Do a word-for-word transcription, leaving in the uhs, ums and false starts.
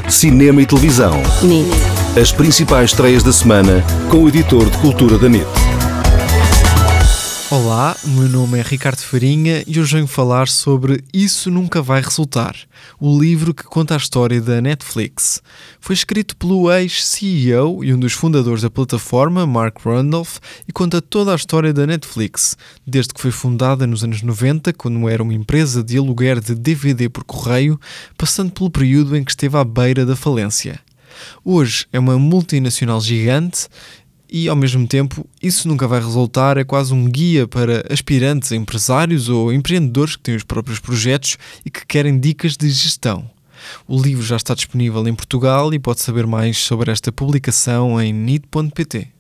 cinema e televisão. N I T. As principais estreias da semana com o editor de cultura da N I T. Olá, o meu nome é Ricardo Farinha e hoje venho falar sobre Isso Nunca Vai Resultar, o livro que conta a história da Netflix. Foi escrito pelo ex-C E O e um dos fundadores da plataforma, Mark Randolph, e conta toda a história da Netflix, desde que foi fundada nos anos noventa, quando era uma empresa de aluguer de D V D por correio, passando pelo período em que esteve à beira da falência. Hoje é uma multinacional gigante e, ao mesmo tempo, Isso Nunca Vai Resultar é quase um guia para aspirantes a empresários ou empreendedores que têm os próprios projetos e que querem dicas de gestão. O livro já está disponível em Portugal e pode saber mais sobre esta publicação em N I T ponto P T.